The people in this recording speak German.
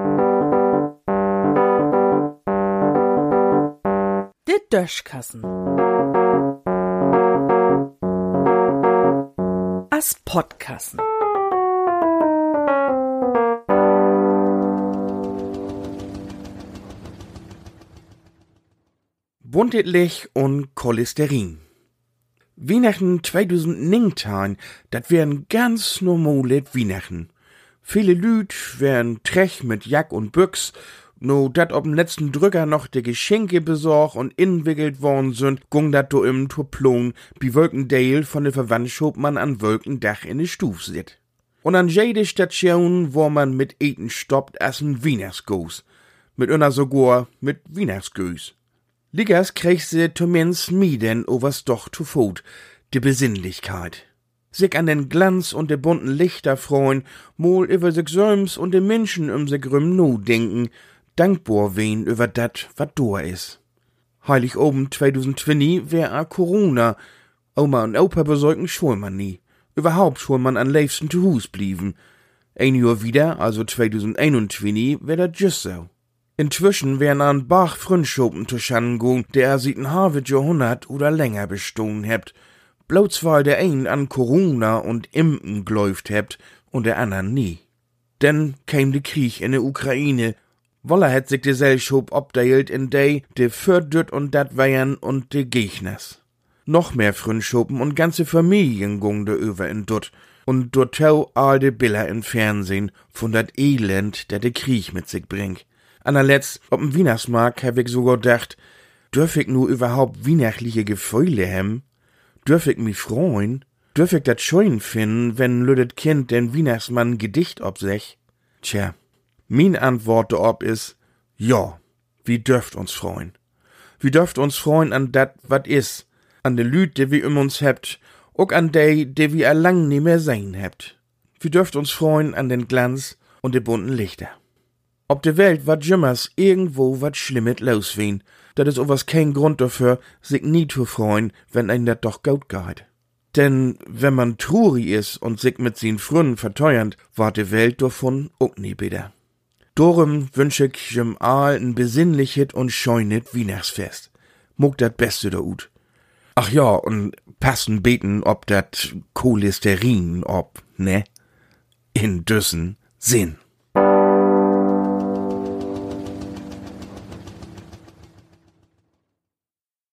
De Döschkassen. As Podkassen. Buntetlich und Cholesterin. Weihnachten 2019, dat wären ganz normale Weihnachten. Viele Lüd wären trech mit Jack und Büchs, no dat ob'n letzten Drücker noch de Geschenke besorgt und inwickelt worden sind, gung dat do im Turplon, bi Wolkendale von de Verwandtschaft man an Wolkendach in de Stuf sit. Und an jede Station, wo man mit Eten stoppt, essen Weihnachtsgos. Mit einer sogar mit Weihnachtsgös. Liggers krieg se zumindest mieden overs doch zu Fot, de Besinnlichkeit. Sich an den Glanz und de bunten Lichter freuen, mol über sich selbst und de Menschen sich rüm no denken, dankbar wen über dat, wat do is. Heiligabend 2020 wär a Corona, Oma und Opa besorgen schul man nie. Überhaupt schul man an liebsten zu Hus blieben. Ein Jahr wieder, also 2021, wär dat just so. Inzwischen wären an Bach Freundschaften zuschanden gung, der sieht ein halbes Jahrhundert oder länger bestohlen hebt. Bloß weil der ein an Corona und Impfen gläuft hebt und der andern nie. Denn käm de Krieg in der Ukraine. Woller hätt sich de Gesellschaft obdeilt in de fördert und dat wären und de Gegners. Noch mehr Freundschaften und ganze Familien gung de über in dort. Und dort tau all de Bilder im Fernsehen von dat Elend, der de Krieg mit sich bringt. Anerletzt, ob'n Weihnachtsmarkt hab ich sogar gedacht, dürf ich nur überhaupt weihnachtliche Gefühle haben? Dürf ich mich freuen? Dürf ich dat schön finden, wenn lüdet Kind den Weihnachtsmann Gedicht ob sich? Tja, min Antwort darauf ist, ja, wir dürft uns freuen. Wir dürft uns freuen an dat, wat is, an de Lüd, die wir uns hebt, ook an die wir lang nie mehr sein hebt. Wir dürft uns freuen an den Glanz und de bunten Lichter. Ob de Welt wat jimmers irgendwo wat Schlimmet los wien, dat is owas kein Grund dafür, sich nie zu freuen, wenn ein dat doch gut geht. Denn wenn man traurig is und sich mit sin Fründen verteuernd, war de Welt davon ook nie besser. Dorum wünsch ich jem all ein besinnlichet und scheunet Weihnachtsfest. Muck dat Beste da ut. Ach ja, und passen beten ob dat Cholesterin ob, ne? In düssen Sinn.